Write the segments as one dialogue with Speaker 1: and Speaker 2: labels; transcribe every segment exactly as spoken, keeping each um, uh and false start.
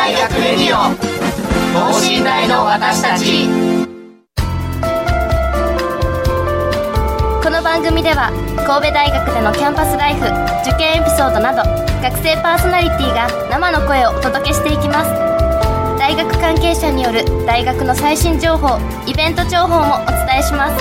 Speaker 1: 大学レディオ等身大の私たち。
Speaker 2: この番組では神戸大学でのキャンパスライフ、受験エピソードなど学生パーソナリティが生の声をお届けしていきます。大学関係者による大学の最新情報、イベント情報もお伝えします。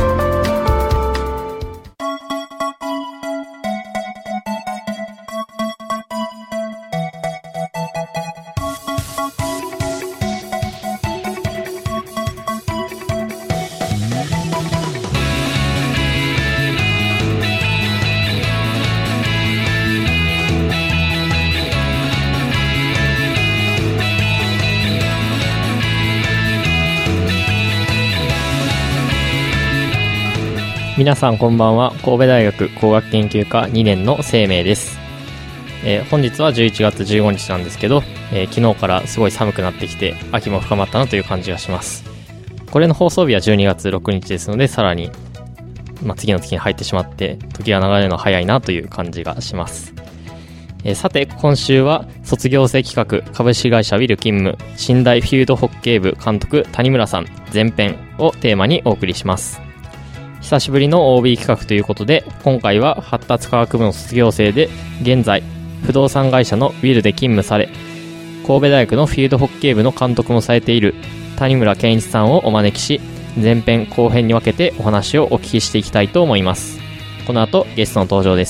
Speaker 3: 皆さんこんばんは。神戸大学工学研究科にねんの生命です。えー、本日はじゅういちがつじゅうごにちなんですけど、えー、昨日からすごい寒くなってきて秋も深まったなという感じがします。これの放送日はじゅうにがつろくにちですので、さらに、まあ、次の月に入ってしまって時が流れるの早いなという感じがします。えー、さて今週は卒業生企画株式会社ウィル勤務新大フィールドホッケー部監督谷村さん前編をテーマにお送りします。久しぶりの オービー 企画ということで、今回は発達科学部の卒業生で現在不動産会社のウィルで勤務され、神戸大学のフィールドホッケー部の監督もされている谷村健一さんをお招きし、前編後編に分けてお話をお聞きしていきたいと思います。この後ゲストの登場です。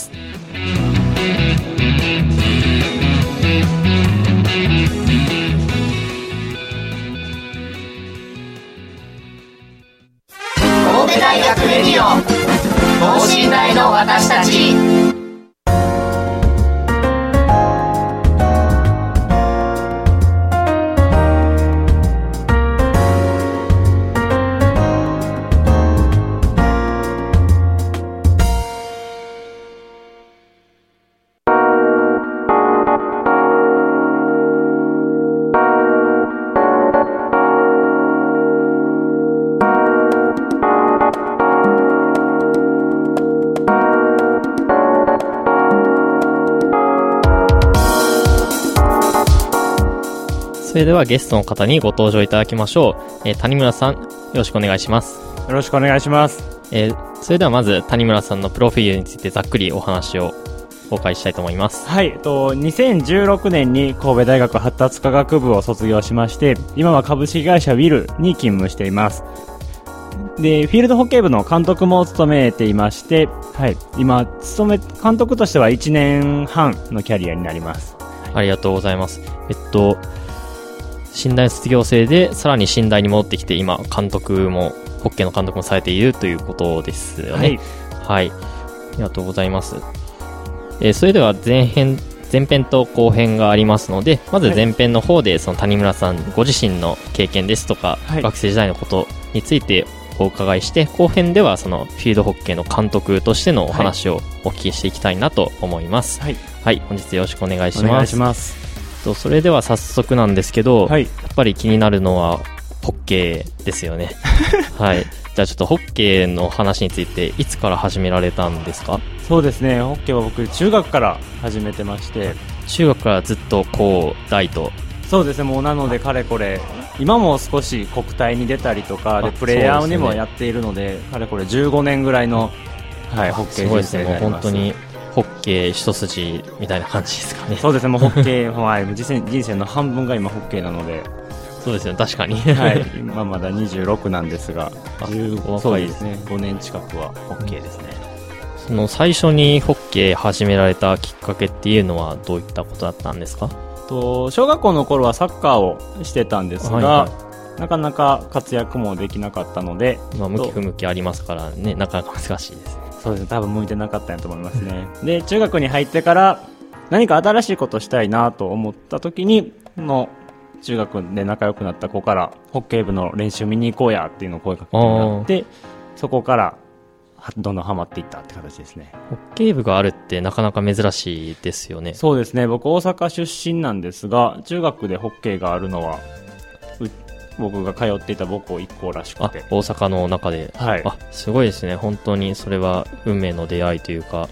Speaker 1: 大学レディオ等身大の私たち。
Speaker 3: それではゲストの方にご登場いただきましょう。えー、谷村さん、よろしくお願いします。
Speaker 4: よろしくお願いします。
Speaker 3: えー、それではまず谷村さんのプロフィールについてざっくりお話を公開したいと思います。
Speaker 4: はい、とにせんじゅうろくねんに神戸大学発達科学部を卒業しまして、今は株式会社ウィルに勤務しています。で、フィールドホッケー部の監督も務めていまして、はい、今務め監督としてはいちねんはんのキャリアになります。
Speaker 3: ありがとうございます。えっと新大卒業生でさらに新大に戻ってきて、今監督もホッケーの監督もされているということですよね。はい、はい、ありがとうございます。えー、それでは前編前編と後編がありますので、まず前編の方でその谷村さんご自身の経験ですとか、はい、学生時代のことについてお伺いして、後編ではそのフィールドホッケーの監督としてのお話をお聞きしていきたいなと思います。はい、はい、本日よろしくお願いします。お願いします。それでは早速なんですけど、はい、やっぱり気になるのはホッケーですよね。はい。じゃあちょっとホッケーの話についていつから始められたんですか？
Speaker 4: そうですね、ホッケーは僕中学から始めてまして。
Speaker 3: 中学からずっと高大と。
Speaker 4: そうですね、もうなのでかれこれ今も少し国体に出たりとかでプレイヤーにもやっているので、ね、かれこれじゅうごねんぐらいの、はい、ホッケー人生になります。
Speaker 3: すごいですね、もう本当にホッケー一筋みたいな感じですかね。
Speaker 4: そうですね、もうホッケー、はい、人生、人生の半分が今ホッケーなので。
Speaker 3: そうですね、確かに。
Speaker 4: はい、今まだにじゅうろくなんですが、じゅうご、そうですね、ごねん近くはホッケーですね。
Speaker 3: その最初にホッケー始められたきっかけっていうのはどういったことだったんですか？
Speaker 4: と小学校の頃はサッカーをしてたんですが、はいはい、なかなか活躍もできなかったので、
Speaker 3: まあ、向き不向きありますからね、なかなか難しいですね。
Speaker 4: そうですね、多分向いてなかったんやと思いますね。で、中学に入ってから何か新しいことしたいなと思った時に、の中学で仲良くなった子からホッケー部の練習見に行こうやっていうのを声かけてもらって、そこからどんどんハマっていったって形ですね。
Speaker 3: ホッケー部があるってなかなか珍しいですよね。
Speaker 4: そうですね、僕大阪出身なんですが、中学でホッケーがあるのは僕が通っていた母校いっ校らしくて。
Speaker 3: あ、大阪の中で、
Speaker 4: はい、
Speaker 3: あ、すごいですね。本当にそれは運命の出会いというか。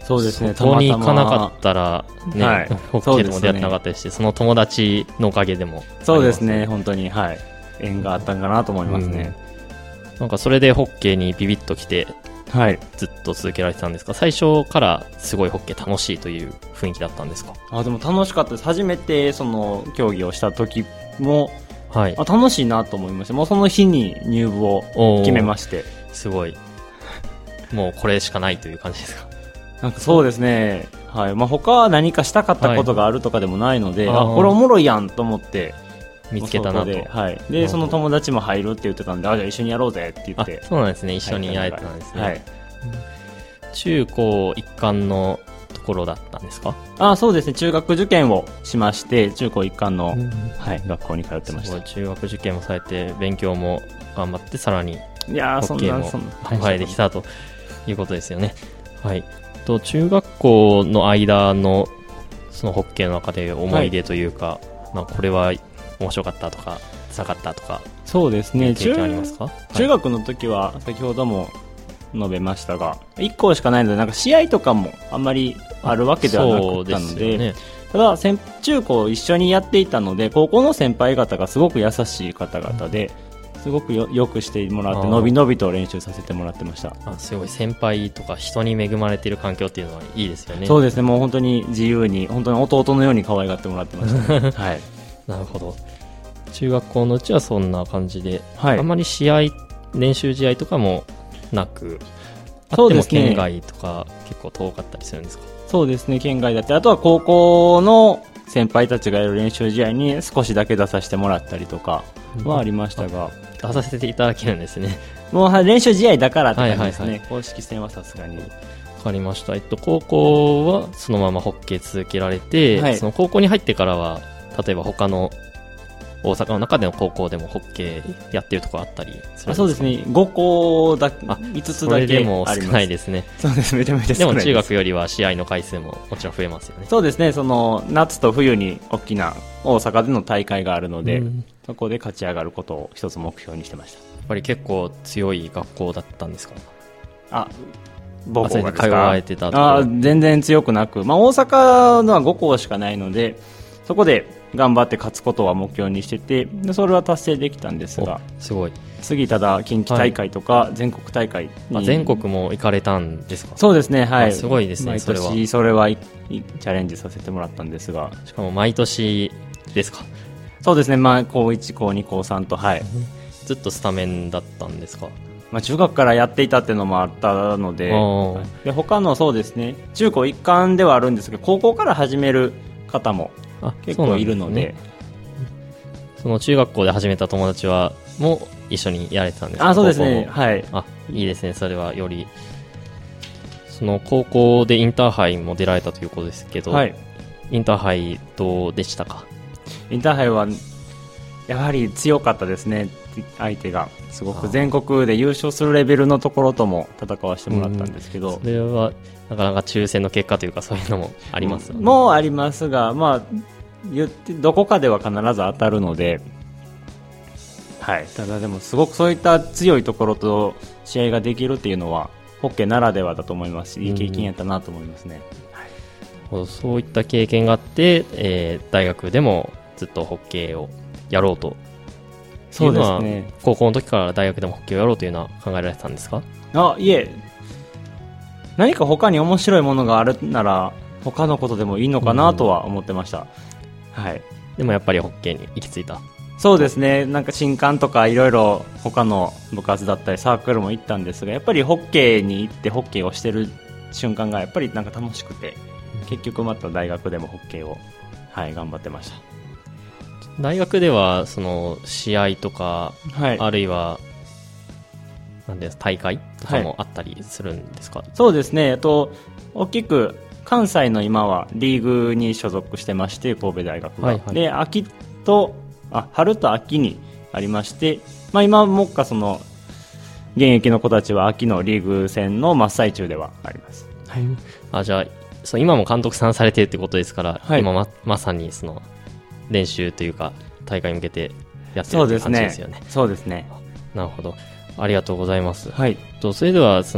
Speaker 4: そうですね、
Speaker 3: そこに行かなか
Speaker 4: たま
Speaker 3: ったらね、
Speaker 4: はい
Speaker 3: ホッケーでも出会ってなかったですし、その友達のおかげでもあります。
Speaker 4: そうですね、本当に、はい。縁があったんかなと思いますね。
Speaker 3: うん、なんかそれでホッケーにビビッときて、
Speaker 4: はい。
Speaker 3: ずっと続けられてたんですか？最初からすごいホッケー楽しいという雰囲気だったんですか？
Speaker 4: あ、でも楽しかったです。初めてその競技をした時も、
Speaker 3: はい。
Speaker 4: あ、楽しいなと思いました。もうその日に入部を決めまして。
Speaker 3: すごい。もうこれしかないという感じですか？
Speaker 4: なんかそうですね。はい。まあ、他は何かしたかったことがあるとかでもないので、
Speaker 3: はい、
Speaker 4: あ、これおもろいやんと思って。
Speaker 3: 見つけたなと。
Speaker 4: はい。で、その友達も入るって言ってたんで、あ、じゃあ一緒にやろうぜって言って。
Speaker 3: そうなんですね。一緒にやれたんですね。はい。中高一貫のところだったんですか？
Speaker 4: あ、そうですね。中学受験をしまして、中高一貫の、うん、はい、学校に通ってました。
Speaker 3: 中学受験もされて、勉強も頑張って、さらに、
Speaker 4: いやー、そんな、そんな。
Speaker 3: 考えてきたということですよね。はい。と、中学校の間の、そのホッケーの中で思い出というか、はい、まあ、これは面白かったとか、辛かったとか、
Speaker 4: そうですね。
Speaker 3: 経験ありますか？
Speaker 4: 中学の時は、先ほども述べましたが、いっ校しかないので、なんか試合とかもあんまりあるわけではなかったので、ね、ただ、中高一緒にやっていたので、高校の先輩方がすごく優しい方々で、すごく よ, よくしてもらって、のびのびと練習させてもらってました。
Speaker 3: あ、すごい先輩とか人に恵まれている環境っていうのはいいですよね。
Speaker 4: そうですね、もう本当に自由に、本当に弟のように可愛がってもらってました、ね。はい。
Speaker 3: なるほど。中学校のうちはそんな感じで、
Speaker 4: はい、
Speaker 3: あんまり試合、練習試合とかもなく、あっても県外とか結構遠かったりするんですか？
Speaker 4: そうですね、県外だって、あとは高校の先輩たちがやる練習試合に少しだけ出させてもらったりとかはありましたが、
Speaker 3: 出させていただけるんですね。
Speaker 4: もう練習試合だからって感じですね。はいはいはい、公式戦はさすがに。わ
Speaker 3: かりました。えっと、高校はそのままホッケー続けられて、はい、その高校に入ってからは、例えば他の大阪の中での高校でもホッケーやってるところあったりするんですか？
Speaker 4: そうですね、ご校だ、いつつだけあります。それでも
Speaker 3: 少ないですね。
Speaker 4: そうです、めちゃめちゃ少ないです。
Speaker 3: でも中学よりは試合の回数ももちろん増えますよね。
Speaker 4: そうですね、その夏と冬に大きな大阪での大会があるので、うん、そこで勝ち上がることを一つ目標にしてました。
Speaker 3: やっぱり結構強い学校だったんですか？
Speaker 4: あ、母校がですか？
Speaker 3: 通われてたと
Speaker 4: あ、全然強くなく、まあ、大阪のはご校しかないので、そこで頑張って勝つことは目標にしてて、でそれは達成できたんですが、
Speaker 3: すごい。
Speaker 4: 次ただ近畿大会とか全国大会に、
Speaker 3: はい、あ、全国も行かれたんですか？
Speaker 4: そうですね、はい。
Speaker 3: すごいですね。
Speaker 4: 毎年それはチャレンジさせてもらったんですが、
Speaker 3: しかも毎年ですか？
Speaker 4: そうですね、まあ高いち、高に、高さんと、はい。
Speaker 3: ずっとスタメンだったんですか？
Speaker 4: まあ、中学からやっていたっていうのもあったので、はい、で他のそうですね、中高一貫ではあるんですが、高校から始める方も結構いるので、
Speaker 3: その中学校で始めた友達はもう一緒にやれてたんですか？
Speaker 4: あ、そうですね、はい。
Speaker 3: あ、いいですね。それはより、その高校でインターハイも出られたということですけど、はい、インターハイどうでしたか？
Speaker 4: インターハイはやはり強かったですね。相手がすごく全国で優勝するレベルのところとも戦わせてもらったんですけど、
Speaker 3: うん、それはなかなか抽選の結果というかそういうのもありますよね。
Speaker 4: もうありますが、まあ言ってどこかでは必ず当たるので、はい。ただでもすごくそういった強いところと試合ができるっていうのはホッケーならではだと思いますし、いい経験やったなと思いますね。
Speaker 3: うん、はい、そういった経験があって、えー、大学でもずっとホッケーをやろうと。そうですね。高校の時から大学でもホッケーをやろうというのは考えられてたんですか？
Speaker 4: あ、いえ。何か他に面白いものがあるなら他のことでもいいのかなとは思ってました。うん、はい。
Speaker 3: でもやっぱりホッケーに行き着いた。
Speaker 4: そうですね。なんか新歓とかいろいろ他の部活だったりサークルも行ったんですが、やっぱりホッケーに行ってホッケーをしてる瞬間がやっぱりなんか楽しくて、結局また大学でもホッケーを、はい、頑張ってました。
Speaker 3: 大学ではその試合とか、はい、あるいはなんです大会とかもあったりするんですか？はい、
Speaker 4: そうですね。えっと大きく関西の今はリーグに所属してまして、神戸大学が、はいはい、で秋とあ春と秋にありまして、まあ、今もっかその現役の子たちは秋のリーグ戦の真っ最中ではあります。
Speaker 3: はい、あ、じゃあそう今も監督さんされているってことですから、はい、今 ま, まさにその練習というか大会に向けてやってるっていう感じですよね。
Speaker 4: そうですね。
Speaker 3: なるほど。ありがとうございます。
Speaker 4: はい。
Speaker 3: とそれではそのホッ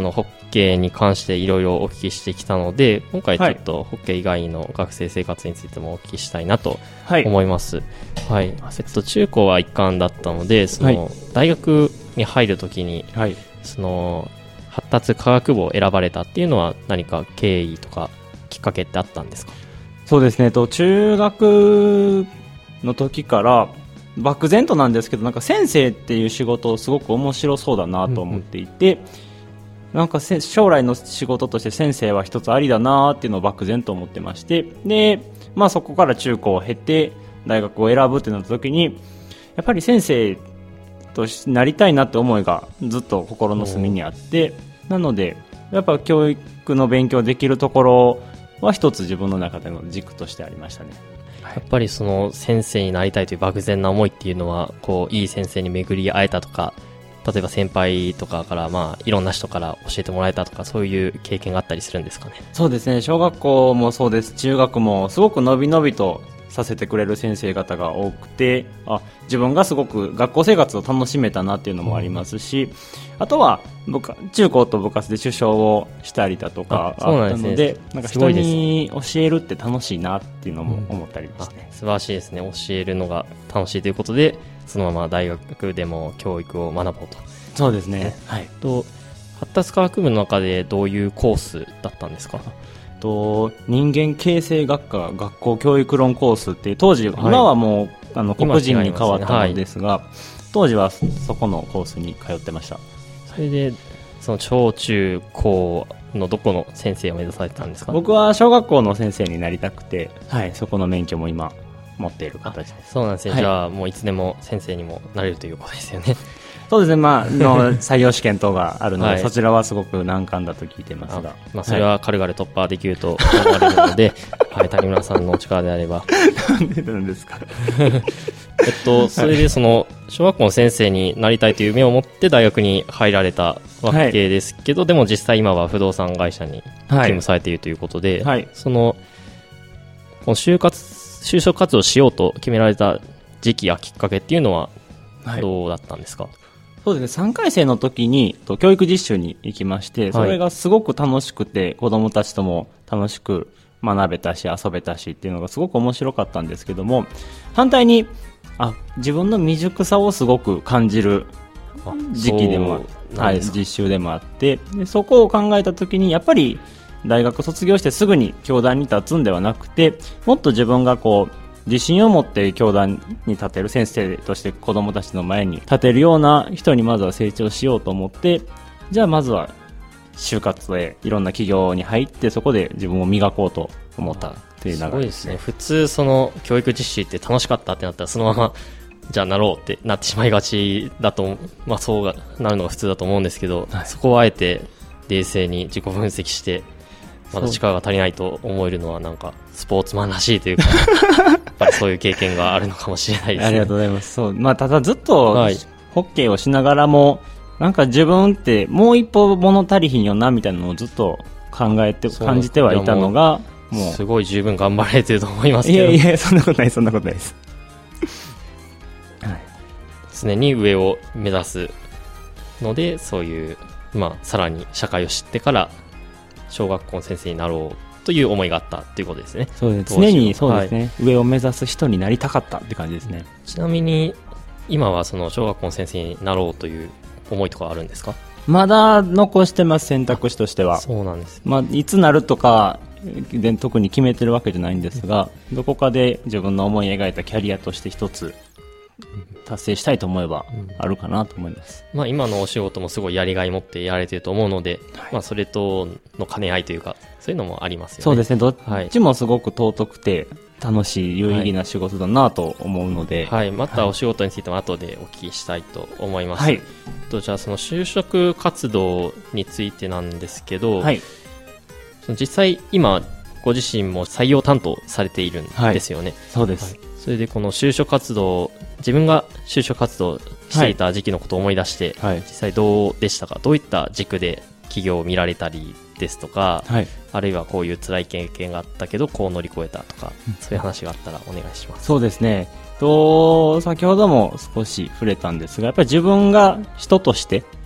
Speaker 3: ケーに関していろいろお聞きしてきたので、今回ちょっとホッケー以外の学生生活についてもお聞きしたいなと思います。はい。はい、えっと、中高は一貫だったので、その、はい、大学に入るときに、はい、その、発達科学部を選ばれたっていうのは何か経緯とかきっかけってあったんですか？
Speaker 4: そうですね、と中学の時から漠然となんですけど、なんか先生っていう仕事すごく面白そうだなと思っていて、うんうん、なんか将来の仕事として先生は一つありだなっていうのを漠然と思ってまして、で、まあ、そこから中高を経て大学を選ぶってなった時に、やっぱり先生となりたいなって思いがずっと心の隅にあって、なのでやっぱ教育の勉強できるところは一つ自分の中での軸としてありましたね。
Speaker 3: やっぱりその先生になりたいという漠然な思いっていうのは、こういい先生に巡り会えたとか、例えば先輩とかからまあいろんな人から教えてもらえたとか、そういう経験があったりするんですかね？
Speaker 4: そうですね、小学校もそうです、中学もすごくのびのびとさせてくれる先生方が多くて、あ、自分がすごく学校生活を楽しめたなっていうのもありますし、うん、あとは僕中高と部活で主将をしたりだとかあったの で, で、ね、なんか人に教えるって楽しいなっていうのも思ったりですね、
Speaker 3: うん、素晴らしいですね。教えるのが楽しいということで、そのまま大学でも教育を学ぼうと。
Speaker 4: そうですね、はい、
Speaker 3: と発達科学部の中でどういうコースだったんですか？
Speaker 4: と人間形成学科学校教育論コースっていう、当時、はい、今はもうあの黒人に変わったのですが、ね、はい、当時はそこのコースに通ってました。
Speaker 3: それでその小中高のどこの先生を目指されてたんですか？
Speaker 4: 僕は小学校の先生になりたくて、はい、そこの免許も今持っている形です。
Speaker 3: そうなんですね、はい、じゃあもういつでも先生にもなれるということですよね。
Speaker 4: そうですね、まあ、の採用試験等があるので、はい、そちらはすごく難関だと聞いてますが、
Speaker 3: あ、まあ、それは軽々突破できると思われるので、はい、谷村さんのお力であれば。
Speaker 4: なんでなんですか？
Speaker 3: えっと、それでその小学校の先生になりたいという夢を持って大学に入られたわけですけど、はい、でも実際今は不動産会社に勤務されているということで、はい、そのこの就活就職活動しようと決められた時期やきっかけっていうのはどうだったんですか？はい、
Speaker 4: そうですね、さんかい生の時に教育実習に行きまして、それがすごく楽しくて、はい、子供たちとも楽しく学べたし遊べたしっていうのがすごく面白かったんですけども、反対にあ自分の未熟さをすごく感じる時期でも、はい、実習でもあって、でそこを考えた時にやっぱり大学卒業してすぐに教壇に立つんではなくて、もっと自分がこう自信を持って教壇に立てる、先生として子供たちの前に立てるような人にまずは成長しようと思って、じゃあまずは就活へいろんな企業に入って、そこで自分を磨こうと思ったっていう流れですね。
Speaker 3: すごいですね。普通その教育実習って楽しかったってなったらそのままじゃあなろうってなってしまいがちだと、まあ、そうがなるのが普通だと思うんですけど、はい、そこをあえて冷静に自己分析してまだ力が足りないと思えるのはなんかスポーツマンらしいというかやっぱりそういう経験があるのかもしれないですね。
Speaker 4: ありがとうございます。そう、まあ、ただずっとホッケーをしながらも、なんか自分ってもう一歩物足りひんよなみたいなのをずっと考えて感じてはいたのが、
Speaker 3: もうすごい十分頑張られてると思いますけど。
Speaker 4: いやいや、そんなことないそんなことないです、
Speaker 3: はい、常に上を目指すので、そういう、まあ、さらに社会を知ってから小学校の先生になろうという思いがあったということですね。
Speaker 4: そうです、常にそうですね、はい、上を目指す人になりたかったって感じですね。
Speaker 3: ちなみに今はその小学校の先生になろうという思いとかあるんですか？
Speaker 4: まだ残してます、選択肢としては。
Speaker 3: そうなんです、
Speaker 4: まあ、いつなるとかで特に決めてるわけじゃないんですが、どこかで自分の思い描いたキャリアとして一つ達成したいと思えばあるかなと思います、
Speaker 3: うん、まあ、今のお仕事もすごいやりがい持ってやられてると思うので、はい、まあ、それとの兼ね合いというかそういうのもありますよね。
Speaker 4: そうですね、どっちもすごく尊くて楽しい有意義な仕事だなと思うので、
Speaker 3: はいはい、またお仕事についても後でお聞きしたいと思います、はい、とじゃあその就職活動についてなんですけど、はい、その実際今ご自身も採用担当されているんですよね、はい、
Speaker 4: そうです、
Speaker 3: はい、それでこの就職活動、自分が就職活動していた時期のことを思い出して、はい、実際どうでしたか？どういった軸で企業を見られたりですとか、はい、あるいはこういう辛い経験があったけどこう乗り越えたとか、うん、そういう話があったらお願いします。
Speaker 4: そうですね、と先ほども少し触れたんですが、やっぱり自分が人として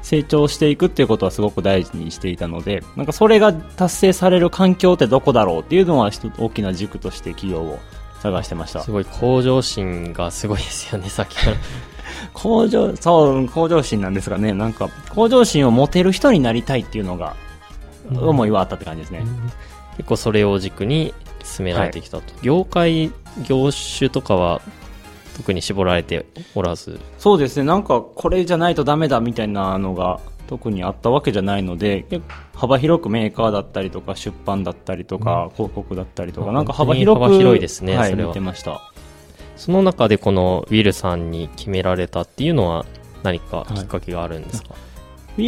Speaker 4: 成長していくっていうことはすごく大事にしていたので、なんかそれが達成される環境ってどこだろうっていうのは一つ大きな軸として企業を探してました。
Speaker 3: すごい向上心がすごいですよね、さっきから
Speaker 4: 向上、そう向上心なんですがね、なんか向上心を持てる人になりたいっていうのが、うん、思いはあったって感じですね、うん、
Speaker 3: 結構それを軸に進められてきたと、はい、業界業種とかは特に絞られておらず。
Speaker 4: そうですね、なんかこれじゃないとダメだみたいなのが特にあったわけじゃないので、結構幅広くメーカーだったりとか出版だったりとか、うん、広告だったりとか、なんか幅広く
Speaker 3: 幅広いですね、
Speaker 4: はい、
Speaker 3: それは
Speaker 4: 見てました。
Speaker 3: その中でこのウィルさんに決められたっていうのは何かきっかけがあるんですか？はい、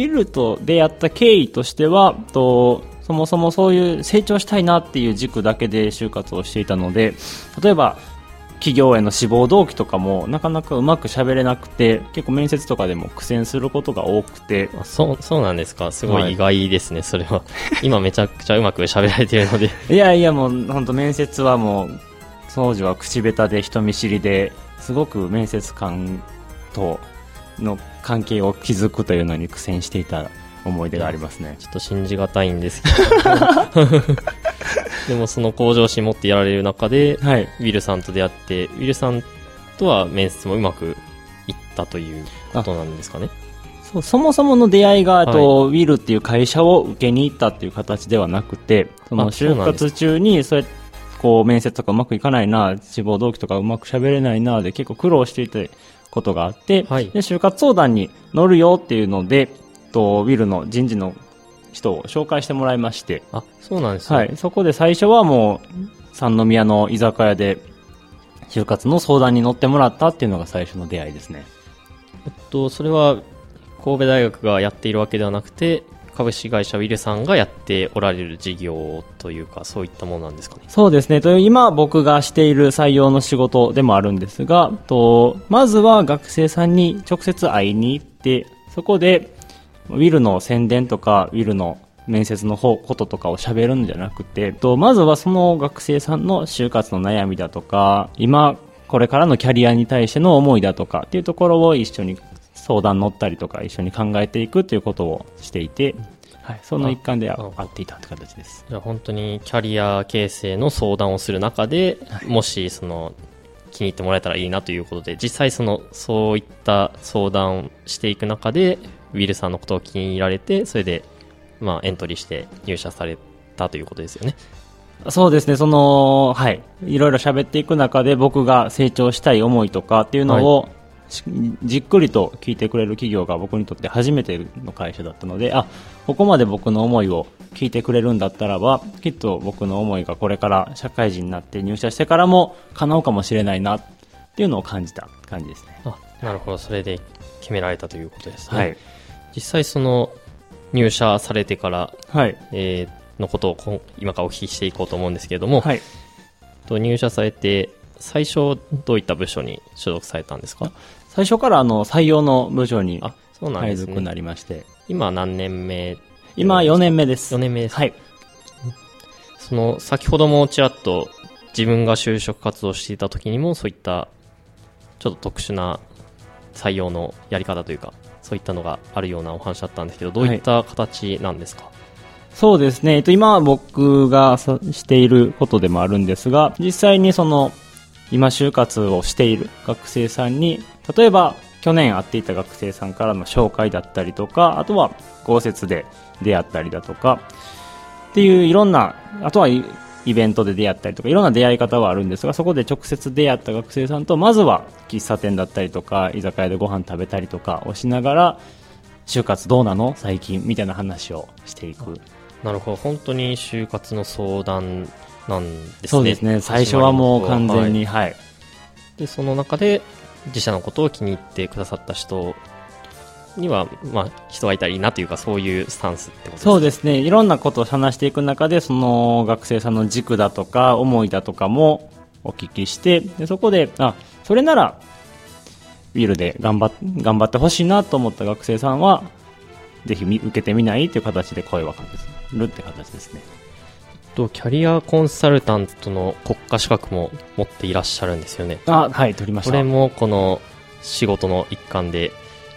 Speaker 4: ウィルと出会った経緯としてはと、そもそもそういう成長したいなっていう軸だけで就活をしていたので、例えば企業への志望動機とかもなかなかうまく喋れなくて、結構面接とかでも苦戦することが多くて。
Speaker 3: あ、そう、そうなんですか。すごい意外ですね、はい、それは。今めちゃくちゃうまく喋られているので。
Speaker 4: いやいや、もう本当面接はもう、当時は口下手で人見知りで、すごく面接官との関係を築くというのに苦戦していた思い出がありますね。
Speaker 3: ちょっと信じがたいんですけど。でもその向上心持ってやられる中で、はい、ウィルさんと出会って、ウィルさんとは面接もうまくいったということなんですかね。
Speaker 4: そう、そもそもの出会いが、はい、とウィルっていう会社を受けに行ったっていう形ではなくて、その就活中にそうやってこう面接とかうまくいかないな、志望動機とかうまく喋れないなで結構苦労していたことがあって、はい、で就活相談に乗るよっていうので、とウィルの人事の人を紹介してもらいまして。
Speaker 3: あ、そうなんですね。
Speaker 4: はい。そこで最初はもう三宮の居酒屋で就活の相談に乗ってもらったっていうのが最初の出会いですね。
Speaker 3: えっとそれは神戸大学がやっているわけではなくて、株式会社ウィルさんがやっておられる事業というか、そういったものなんですかね。
Speaker 4: そうですね。と今僕がしている採用の仕事でもあるんですが、とまずは学生さんに直接会いに行って、そこでウィルの宣伝とかウィルの面接の方こととかを喋るんじゃなくて、とまずはその学生さんの就活の悩みだとか、今これからのキャリアに対しての思いだとかっていうところを一緒に相談乗ったりとか一緒に考えていくということをしていて、はい、その一環で会っていたって形です。
Speaker 3: じゃあ本当にキャリア形成の相談をする中で、はい、もしその気に入ってもらえたらいいなということで、実際そのそういった相談をしていく中でウィルさんのことを気に入られて、それでまあエントリーして入社されたということですよね。
Speaker 4: そうですね。そのはいいろいろ喋っていく中で僕が成長したい思いとかっていうのを、はい、じっくりと聞いてくれる企業が僕にとって初めての会社だったので、あ、ここまで僕の思いを聞いてくれるんだったらば、きっと僕の思いがこれから社会人になって入社してからも叶うかもしれないなっていうのを感じた感じですね。
Speaker 3: あ、なるほど。それで決められたということですね。
Speaker 4: はい。
Speaker 3: 実際その入社されてから、
Speaker 4: はい、
Speaker 3: えー、のことを今からお聞きしていこうと思うんですけれども、
Speaker 4: はい、
Speaker 3: と入社されて最初どういった部署に所属されたんですか？
Speaker 4: 最初からあの採用の部署に配属になりまして、ね、
Speaker 3: 今何年目？
Speaker 4: 今よねんめです。
Speaker 3: よねんめです。
Speaker 4: はい。
Speaker 3: その先ほどもちらっと自分が就職活動していた時にもそういったちょっと特殊な採用のやり方というか、そういったのがあるようなお話だったんですけど、どういった形なんですか？はい、
Speaker 4: そうですね。えっと、今僕がしていることでもあるんですが、実際にその今就活をしている学生さんに、例えば去年会っていた学生さんからの紹介だったりとか、あとは豪雪で出会ったりだとかっていういろんな、あとはイベントで出会ったりとかいろんな出会い方はあるんですが、そこで直接出会った学生さんとまずは喫茶店だったりとか居酒屋でご飯食べたりとかをしながら、就活どうなの最近みたいな話をしていく。
Speaker 3: なるほど。本当に就活の相談なんですね。
Speaker 4: そうですね。最初はもう完全に、はい、はい。
Speaker 3: で、その中で自社のことを気に入ってくださった人には、まあ、人がいたらいいなというか、そういうスタンスってことですか？
Speaker 4: そうですね。いろんなことを話していく中で、その学生さんの軸だとか思いだとかもお聞きして、でそこで、あ、それならウィルで頑張っ、頑張ってほしいなと思った学生さんはぜひ受けてみないという形で声をかけるって形ですね。
Speaker 3: とキャリアコンサルタントの国家資格も持っていらっしゃるんですよね。
Speaker 4: あ、はい、取りました。
Speaker 3: これもこの仕事の一環で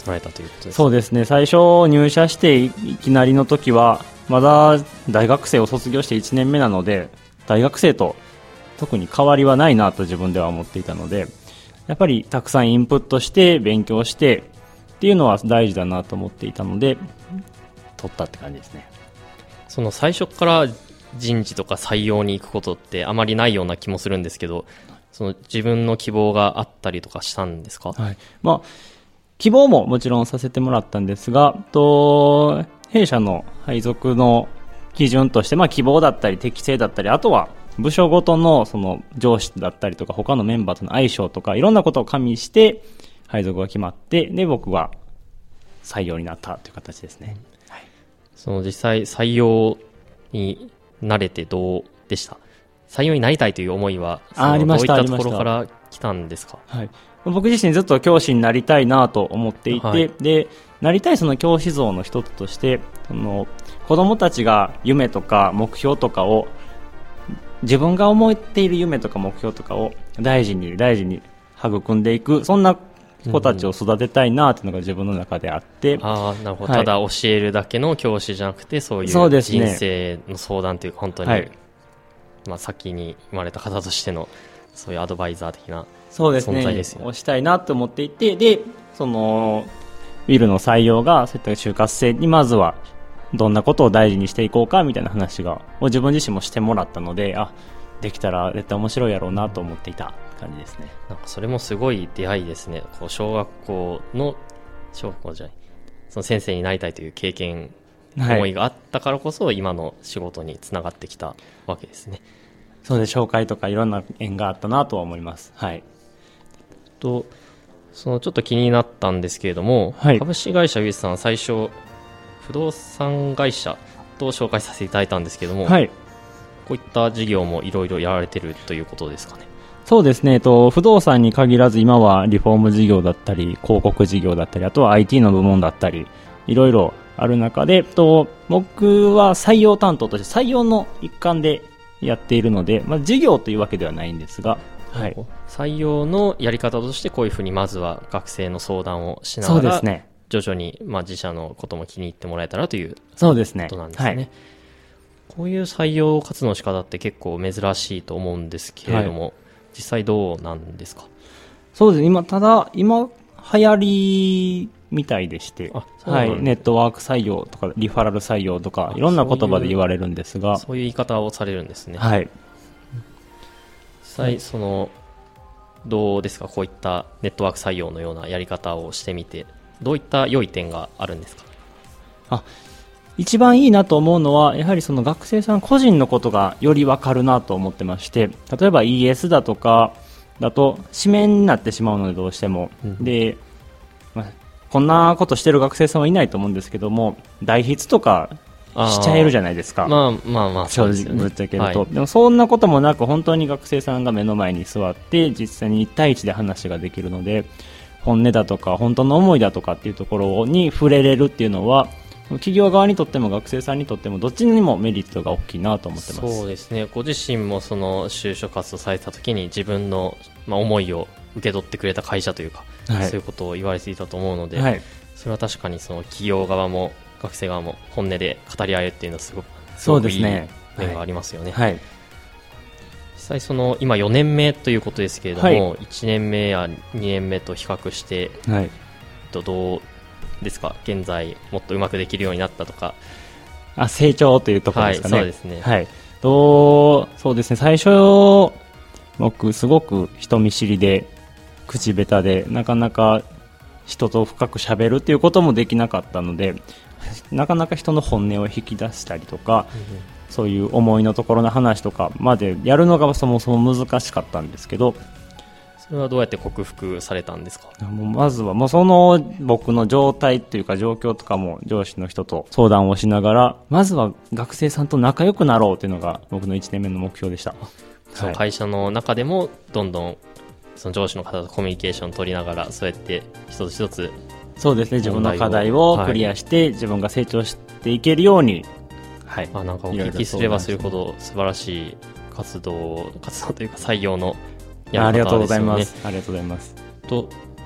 Speaker 3: られたということです。
Speaker 4: そうですね、最初入社していきなりの時はまだ大学生を卒業していちねんめなので、大学生と特に変わりはないなと自分では思っていたので、やっぱりたくさんインプットして勉強してっていうのは大事だなと思っていたので取ったって感じですね。
Speaker 3: その最初から人事とか採用に行くことってあまりないような気もするんですけど、その自分の希望があったりとかしたんですか？
Speaker 4: はい、まあ、希望ももちろんさせてもらったんですが、と弊社の配属の基準として、まあ、希望だったり適性だったり、あとは部署ごとのその上司だったりとか他のメンバーとの相性とかいろんなことを加味して配属が決まって、で僕は採用になったという形ですね。はい、
Speaker 3: その実際採用に慣れてどうでした？採用になりたいという思いは
Speaker 4: あありました。
Speaker 3: どういったところから来たんですか？
Speaker 4: はい、僕自身ずっと教師になりたいなと思っていて、はい、でなりたいその教師像の一つとして、その子どもたちが夢とか目標とかを、自分が思っている夢とか目標とかを大事に大事に育んでいく、そんな子たちを育てたいなというのが自分の中であって、うん、
Speaker 3: あなるほど、はい、ただ教えるだけの教師じゃなくて、そういう人生の相談というか、本当に、はい、まあ、先に生まれた方としてのそういうアドバイザー的な存在ですよね。
Speaker 4: をしたいなと思っていて、でそのビルの採用がそういった就活生にまずはどんなことを大事にしていこうかみたいな話がを自分自身もしてもらったので、あできたら絶対面白いやろうなと思っていた感じですね。
Speaker 3: なんかそれもすごい出会いですね。こう小学校の小学校じゃないその先生になりたいという経験、はい、思いがあったからこそ今の仕事につながってきたわけですね。
Speaker 4: そうで、紹介とかいろんな縁があったなとは思います。はい。
Speaker 3: とそのちょっと気になったんですけれども、はい、株式会社ウィズさん最初不動産会社と紹介させていただいたんですけれども、はい、こういった事業もいろいろやられているということですかね。
Speaker 4: そうですね、と不動産に限らず今はリフォーム事業だったり広告事業だったり、あとは アイティー の部門だったりいろいろある中で、と僕は採用担当として採用の一環でやっているので、まあ、事業というわけではないんですが、はい、
Speaker 3: 採用のやり方としてこういうふうにまずは学生の相談をしながら、そうですね、徐々にまあ自社のことも気に入ってもらえたらということなんですね。そうですね、はい、こういう採用活動の仕方って結構珍しいと思うんですけれども、はい、実際どうなんですか？
Speaker 4: そうですね、今ただ今流行りみたいでして、はい、ネットワーク採用とかリファラル採用とかいろんな言葉で言われるんですが、
Speaker 3: そういう言い方をされるんですね。
Speaker 4: はい、
Speaker 3: 実際そのどうですか、こういったネットワーク採用のようなやり方をしてみてどういった良い点があるんですか？
Speaker 4: あ、一番いいなと思うのはやはりその学生さん個人のことがより分かるなと思ってまして、例えば イーエス だとかだと紙面になってしまうのでどうしても、うん、で、まあ、こんなことしてる学生さんはいないと思うんですけども、代筆とかしちゃえるじゃないですか。
Speaker 3: まあまあまあ
Speaker 4: 正直ぶっちゃけると、はい、でもそんなこともなく本当に学生さんが目の前に座って実際にいち対いちで話ができるので、本音だとか本当の思いだとかっていうところに触れれるっていうのは企業側にとっても学生さんにとってもどっちにもメリットが大きいなと思ってます。
Speaker 3: そうですね、ご自身もその就職活動された時に自分の、まあ、思いを受け取ってくれた会社というか、はい、そういうことを言われていたと思うので、はい、それは確かにその企業側も学生側も本音で語り合えるっていうのはすごくすごくいい面がありますよね。はいはい、実際その今よねんめということですけれども、はい、いちねんめやにねんめと比較して、はい、どうですか、現在もっとうまくできるようになったとか。
Speaker 4: あ、成長というところですかね。
Speaker 3: はい、そうですね、
Speaker 4: はい、とそうですね、最初僕すごく人見知りで口下手でなかなか人と深く喋るっていうこともできなかったので、なかなか人の本音を引き出したりとか、うん、そういう思いのところの話とかまでやるのがそもそも難しかったんですけど、
Speaker 3: それはどうやって克服されたんですか？
Speaker 4: もうまずはもうその僕の状態というか状況とかも上司の人と相談をしながら、まずは学生さんと仲良くなろうというのが僕のいちねんめの目標でした。
Speaker 3: その会社の中でもどんどんその上司の方とコミュニケーションを取りながら、そうやって一つ一つ、
Speaker 4: そうですね、自分の課題をクリアして、はい、自分が成長していけるように、はい、
Speaker 3: あ、なんかお聞きすればするほど素晴らしい活動活動というか採用のやり方ですよね。
Speaker 4: ありがとうございます。ありがとうございます。
Speaker 3: と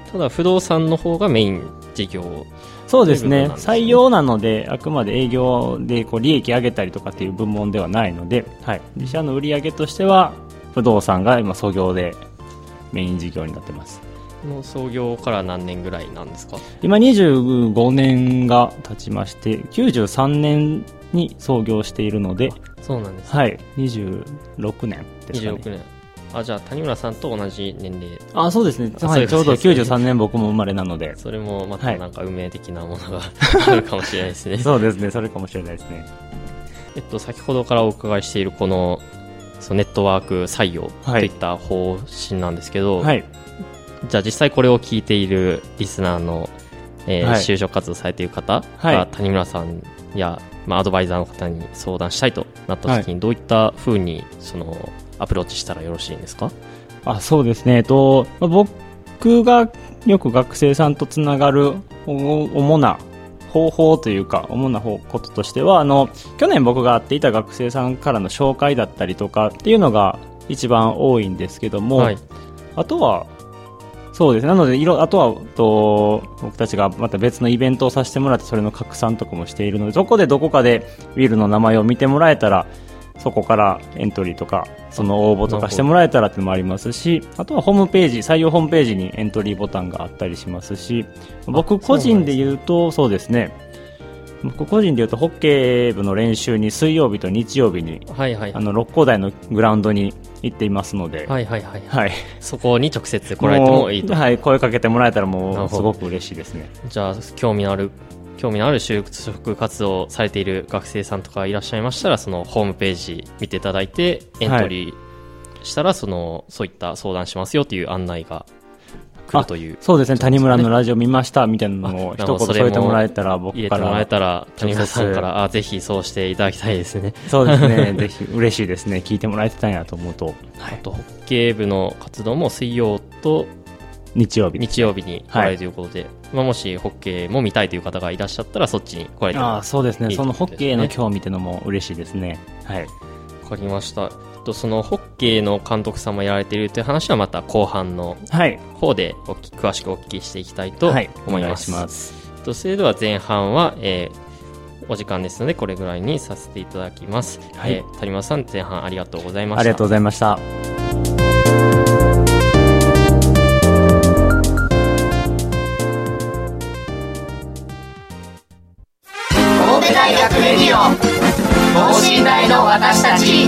Speaker 3: ただ不動産の方がメイン事業。
Speaker 4: そうですね。
Speaker 3: という部分なんですね。
Speaker 4: 採用なので、あくまで営業でこう利益上げたりとかっていう部門ではないので、はい。自社の売上としては、不動産が今創業でメイン事業になってます。
Speaker 3: の創業から何年ぐらいなんですか？
Speaker 4: 今にじゅうごねんが経ちまして、きゅうじゅうさんねんに創業しているので、
Speaker 3: そうなんですね。
Speaker 4: はい。にじゅうろくねんですかね。
Speaker 3: にじゅうろくねん。あ、じゃあ谷村さんと同じ年齢。
Speaker 4: あ、そうですね。
Speaker 3: あ、
Speaker 4: はい。ちょうどきゅうじゅうさんねん僕も生まれなので。
Speaker 3: それもまたなんか運命的なものがあるかもしれないですね。
Speaker 4: そうですね。それかもしれないですね。
Speaker 3: えっと、先ほどからお伺いしているこの、そのネットワーク採用といった方針なんですけど、
Speaker 4: はい。
Speaker 3: じゃあ実際これを聞いているリスナーの、えー
Speaker 4: はい
Speaker 3: 就職活動されている方
Speaker 4: はい
Speaker 3: が谷村さんや、まあ、アドバイザーの方に相談したいとなった時にどういったふうにそのアプローチしたらよろしいんですか？
Speaker 4: あ、そうですね。えっと、まあ僕がよく学生さんとつながるお主な方法というか、主な方こととしては、あの、去年僕が会っていた学生さんからの紹介だったりとかっていうのが一番多いんですけども、
Speaker 3: はい。
Speaker 4: あとは、そうですね。なので、いろ、あとは、と、僕たちがまた別のイベントをさせてもらって、それの拡散とかもしているので、そこでどこかでウィルの名前を見てもらえたら、そこからエントリーとか、その応募とかしてもらえたらっていうのもありますし、あとはホームページ、採用ホームページにエントリーボタンがあったりしますし、僕個人で言うと、そうですね。僕個人で言うと、ホッケー部の練習に水曜日と日曜日に、
Speaker 3: はいはい。
Speaker 4: あの、六甲台のグラウンドに行っていますので、
Speaker 3: はいはいはい。
Speaker 4: はい。
Speaker 3: そこに直接来られてもいいと。
Speaker 4: うはい、声かけてもらえたらもう、
Speaker 3: なるほど
Speaker 4: すごく嬉しいですね。
Speaker 3: じゃあ、興味のある、興味のある就職活動をされている学生さんとかいらっしゃいましたら、そのホームページ見ていただいて、エントリーしたら、その、そういった相談しますよという案内が来るという。
Speaker 4: そうですね、谷村のラジオ見ましたみたいなのを
Speaker 3: あ
Speaker 4: 一言添えてもらえたら、僕か
Speaker 3: 入れてもらえ
Speaker 4: ら。
Speaker 3: たら、谷村さんから、あ、ぜひそうしていただきたいですね。
Speaker 4: そうですね、ぜひ、嬉しいですね。聞いてもらえてたんやと思うと。
Speaker 3: あと、ホッケー部の活動も水曜と
Speaker 4: 日曜日。
Speaker 3: 日曜日に来られるということで、まあ、もしホッケーも見たいという方がいらっしゃったら、そっちに来られても
Speaker 4: ああ、そうですね。
Speaker 3: いい
Speaker 4: そのホッケーの
Speaker 3: ということですね
Speaker 4: 興味っていうのも嬉しいですね。はい。
Speaker 3: わかりました。えっとそのホッケーの監督さんもやられているという話はまた後半の
Speaker 4: はい。
Speaker 3: 方でお聞き詳しくお聞きしていきたいと
Speaker 4: はい。
Speaker 3: 思います。
Speaker 4: お願いします。
Speaker 3: えっとそれでは前半は、えーお時間ですのでこれぐらいにさせていただきます。
Speaker 4: はい
Speaker 3: えー谷村さん前半ありがとうございました。
Speaker 4: ありがとうございました。
Speaker 1: 神戸大学レディオ等身大の私たち。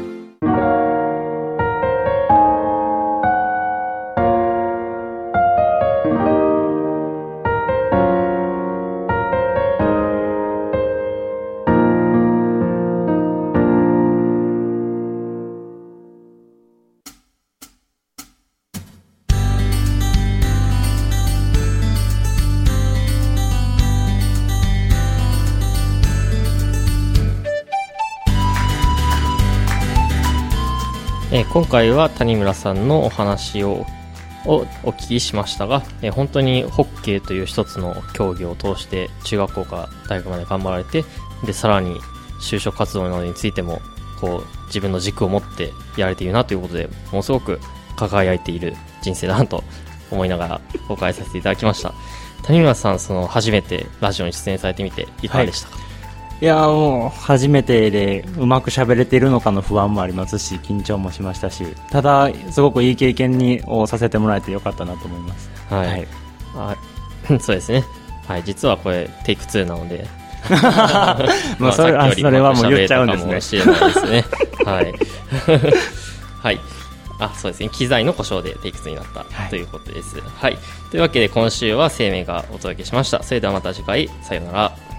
Speaker 3: えー今回は谷村さんのお話ををお聞きしましたが、えー本当にホッケーという一つの競技を通して中学校から大学まで頑張られて、でさらに就職活動などについてもこう自分の軸を持ってやられているなということで、ものすごく輝いている人生だなと思いながらお伺いさせていただきました。谷村さん、その初めてラジオに出演されてみていかがでしたか？
Speaker 4: いやもう初めてでうまく喋れているのかの不安もありますし、緊張もしましたし、ただすごくいい経験にをさせてもらえてよかったなと思います。
Speaker 3: はい、
Speaker 4: はい
Speaker 3: あそうですね、はい、実はこれテイクツーなので
Speaker 4: まあそれ
Speaker 3: さっきより
Speaker 4: あそれはもう言っちゃうん
Speaker 3: まく
Speaker 4: ですね
Speaker 3: 喋れたかもしれないですねはいはい、あ、そうですね、機材の故障でテイクツーになった、
Speaker 4: はい
Speaker 3: ということです。はい、というわけで今週は生命がお届けしました。それではまた次回、さようなら。